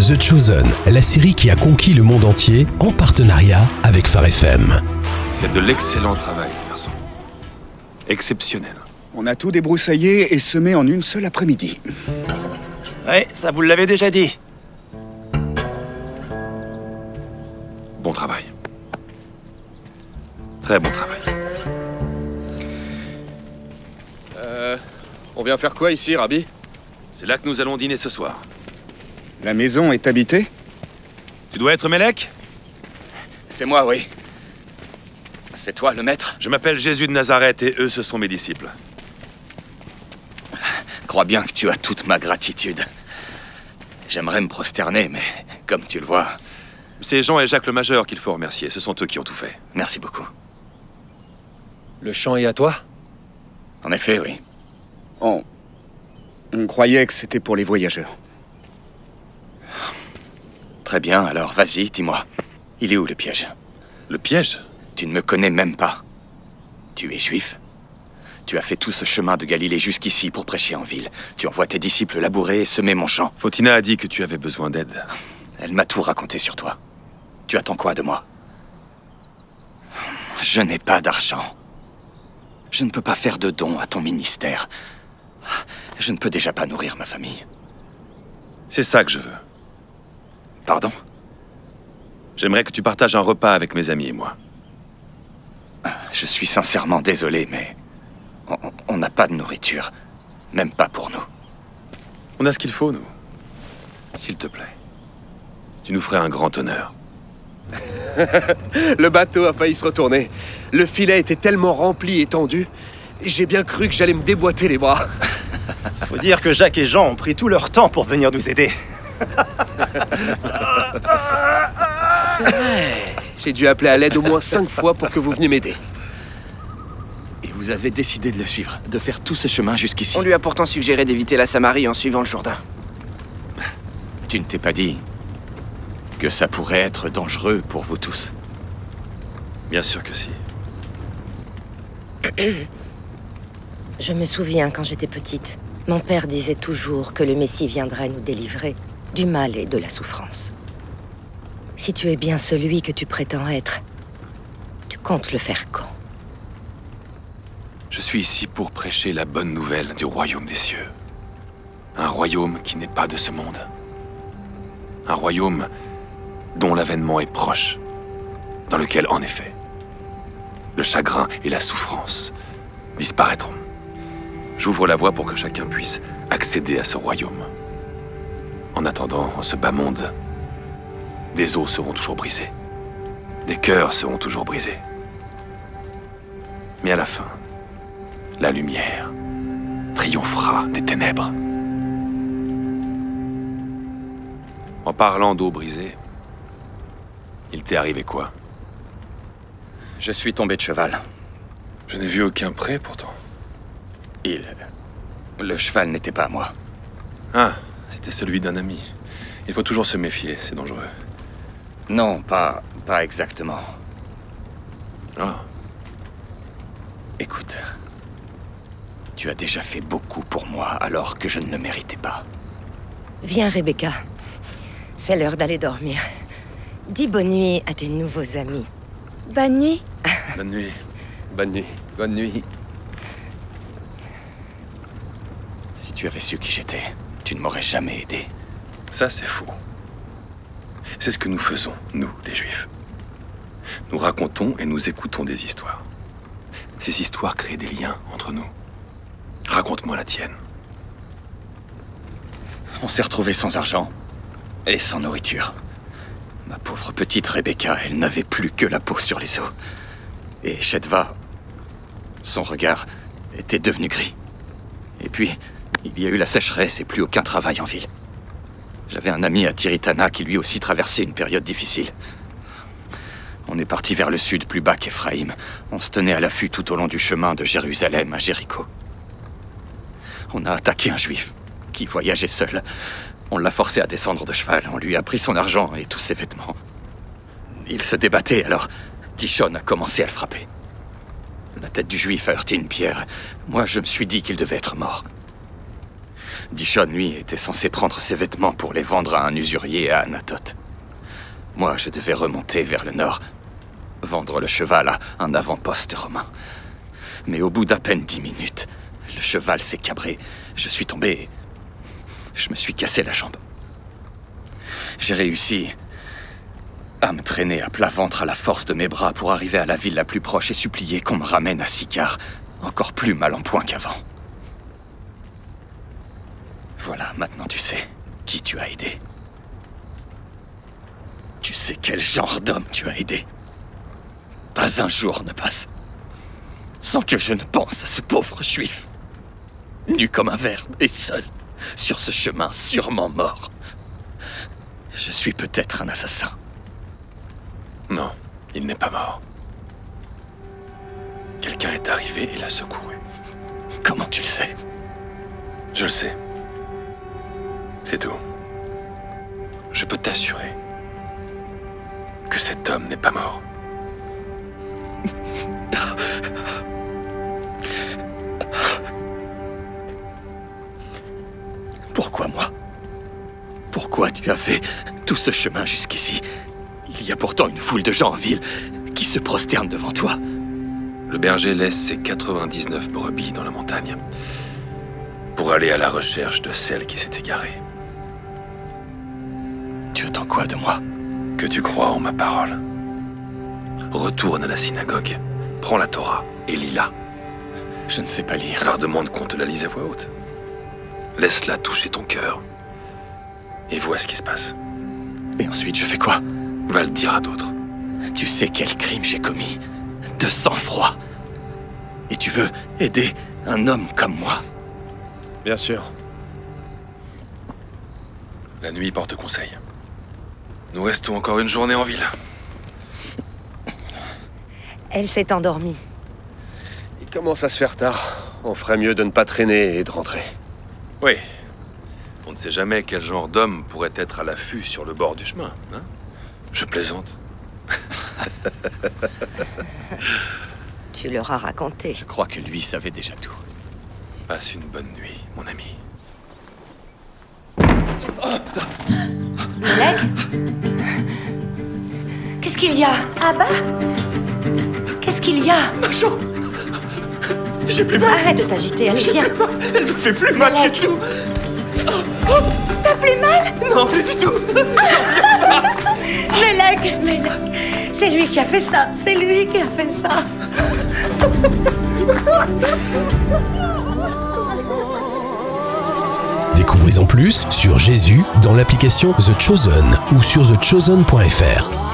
The Chosen, la série qui a conquis le monde entier en partenariat avec Phare FM. C'est de l'excellent travail, garçon. Exceptionnel. On a tout débroussaillé et semé en une seule après-midi. Ouais, ça vous l'avez déjà dit. Bon travail. Très bon travail. On vient faire quoi ici, Rabbi? C'est là que nous allons dîner ce soir. La maison est habitée? Tu dois être Mélec? C'est moi, oui. C'est toi, le maître? Je m'appelle Jésus de Nazareth et eux, ce sont mes disciples. Crois bien que tu as toute ma gratitude. J'aimerais me prosterner, mais comme tu le vois... C'est Jean et Jacques le Majeur qu'il faut remercier. Ce sont eux qui ont tout fait. Merci beaucoup. Le chant est à toi? En effet, oui. On croyait que c'était pour les voyageurs. Très bien, alors vas-y, dis-moi. Il est où le piège? Le piège? Tu ne me connais même pas. Tu es juif. Tu as fait tout ce chemin de Galilée jusqu'ici pour prêcher en ville. Tu envoies tes disciples labourer et semer mon champ. Faustina a dit que tu avais besoin d'aide. Elle m'a tout raconté sur toi. Tu attends quoi de moi? Je n'ai pas d'argent. Je ne peux pas faire de dons à ton ministère. Je ne peux déjà pas nourrir ma famille. C'est ça que je veux. Pardon? J'aimerais que tu partages un repas avec mes amis et moi. Je suis sincèrement désolé, mais... On n'a pas de nourriture. Même pas pour nous. On a ce qu'il faut, nous. S'il te plaît. Tu nous ferais un grand honneur. Le bateau a failli se retourner. Le filet était tellement rempli et tendu. J'ai bien cru que j'allais me déboîter les bras. Faut dire que Jacques et Jean ont pris tout leur temps pour venir nous aider. C'est vrai. J'ai dû appeler à l'aide au moins 5 fois pour que vous veniez m'aider. Et vous avez décidé de le suivre, de faire tout ce chemin jusqu'ici. On lui a pourtant suggéré d'éviter la Samarie en suivant le Jourdain. Tu ne t'es pas dit que ça pourrait être dangereux pour vous tous? Bien sûr que si. Je me souviens quand j'étais petite. Mon père disait toujours que le Messie viendrait nous délivrer du mal et de la souffrance. Si tu es bien celui que tu prétends être, tu comptes le faire quand? Je suis ici pour prêcher la bonne nouvelle du royaume des cieux. Un royaume qui n'est pas de ce monde. Un royaume dont l'avènement est proche. Dans lequel, en effet, le chagrin et la souffrance disparaîtront. J'ouvre la voie pour que chacun puisse accéder à ce royaume. En attendant, en ce bas monde, des os seront toujours brisés. Des cœurs seront toujours brisés. Mais à la fin, la lumière triomphera des ténèbres. En parlant d'eau brisée, il t'est arrivé quoi? Je suis tombé de cheval. Je n'ai vu aucun prêt pourtant. Le cheval n'était pas à moi. Ah, c'était celui d'un ami. Il faut toujours se méfier, c'est dangereux. Non, pas exactement. Ah, Écoute, tu as déjà fait beaucoup pour moi alors que je ne le méritais pas. Viens, Rebecca. C'est l'heure d'aller dormir. Dis bonne nuit à tes nouveaux amis. Bonne nuit. bonne nuit. Bonne nuit. Bonne nuit. Si tu avais su qui j'étais, tu ne m'aurais jamais aidé. Ça, c'est faux. C'est ce que nous faisons, nous, les Juifs. Nous racontons et nous écoutons des histoires. Ces histoires créent des liens entre nous. Raconte-moi la tienne. On s'est retrouvés sans argent et sans nourriture. Ma pauvre petite Rebecca, elle n'avait plus que la peau sur les os. Et Shedva, son regard était devenu gris. Et puis, il y a eu la sécheresse et plus aucun travail en ville. J'avais un ami à Tiritana qui lui aussi traversait une période difficile. On est parti vers le sud, plus bas qu'Éphraïm. On se tenait à l'affût tout au long du chemin de Jérusalem à Jéricho. On a attaqué un juif qui voyageait seul. On l'a forcé à descendre de cheval. On lui a pris son argent et tous ses vêtements. Il se débattait, alors Tishon a commencé à le frapper. La tête du juif a heurté une pierre. Moi, je me suis dit qu'il devait être mort. Dishon, lui, était censé prendre ses vêtements pour les vendre à un usurier à Anatote. Moi, je devais remonter vers le nord, vendre le cheval à un avant-poste romain. Mais au bout d'à peine 10 minutes, le cheval s'est cabré. Je suis tombé et je me suis cassé la jambe. J'ai réussi à me traîner à plat ventre à la force de mes bras pour arriver à la ville la plus proche et supplier qu'on me ramène à Siccar, encore plus mal en point qu'avant. Voilà, maintenant tu sais qui tu as aidé. Tu sais quel genre d'homme tu as aidé. Pas un jour ne passe sans que je ne pense à ce pauvre juif, nu comme un verbe et seul, sur ce chemin sûrement mort. Je suis peut-être un assassin. Non, il n'est pas mort. Quelqu'un est arrivé et l'a secouru. Comment tu le sais? Je le sais. C'est tout. Je peux t'assurer que cet homme n'est pas mort. Pourquoi moi? Pourquoi tu as fait tout ce chemin jusqu'ici? Il y a pourtant une foule de gens en ville qui se prosternent devant toi. Le berger laisse ses 99 brebis dans la montagne pour aller à la recherche de celle qui s'est égarée. Tu attends quoi de moi? Que tu crois en ma parole. Retourne à la synagogue, prends la Torah et lis-la. Je ne sais pas lire. Alors demande qu'on te la lise à voix haute. Laisse-la toucher ton cœur et vois ce qui se passe. Et ensuite, je fais quoi? Va le dire à d'autres. Tu sais quel crime j'ai commis? De sang-froid. Et tu veux aider un homme comme moi? Bien sûr. La nuit porte conseil. Nous restons encore une journée en ville. Elle s'est endormie. Il commence à se faire tard. On ferait mieux de ne pas traîner et de rentrer. Oui. On ne sait jamais quel genre d'homme pourrait être à l'affût sur le bord du chemin, hein? Je plaisante. Tu leur as raconté. Je crois que lui savait déjà tout. Passe une bonne nuit, mon ami. Melek? Qu'est-ce qu'il y a? Abba? Qu'est-ce qu'il y a? Majo! J'ai plus mal! Arrête de t'agiter, allez, viens! Elle me fait plus mal Melek. du tout! T'as plus mal? Non, plus du tout! Melek! Melek! C'est lui qui a fait ça! C'est lui qui a fait ça! Découvrez en plus sur Jésus dans l'application The Chosen ou sur thechosen.fr.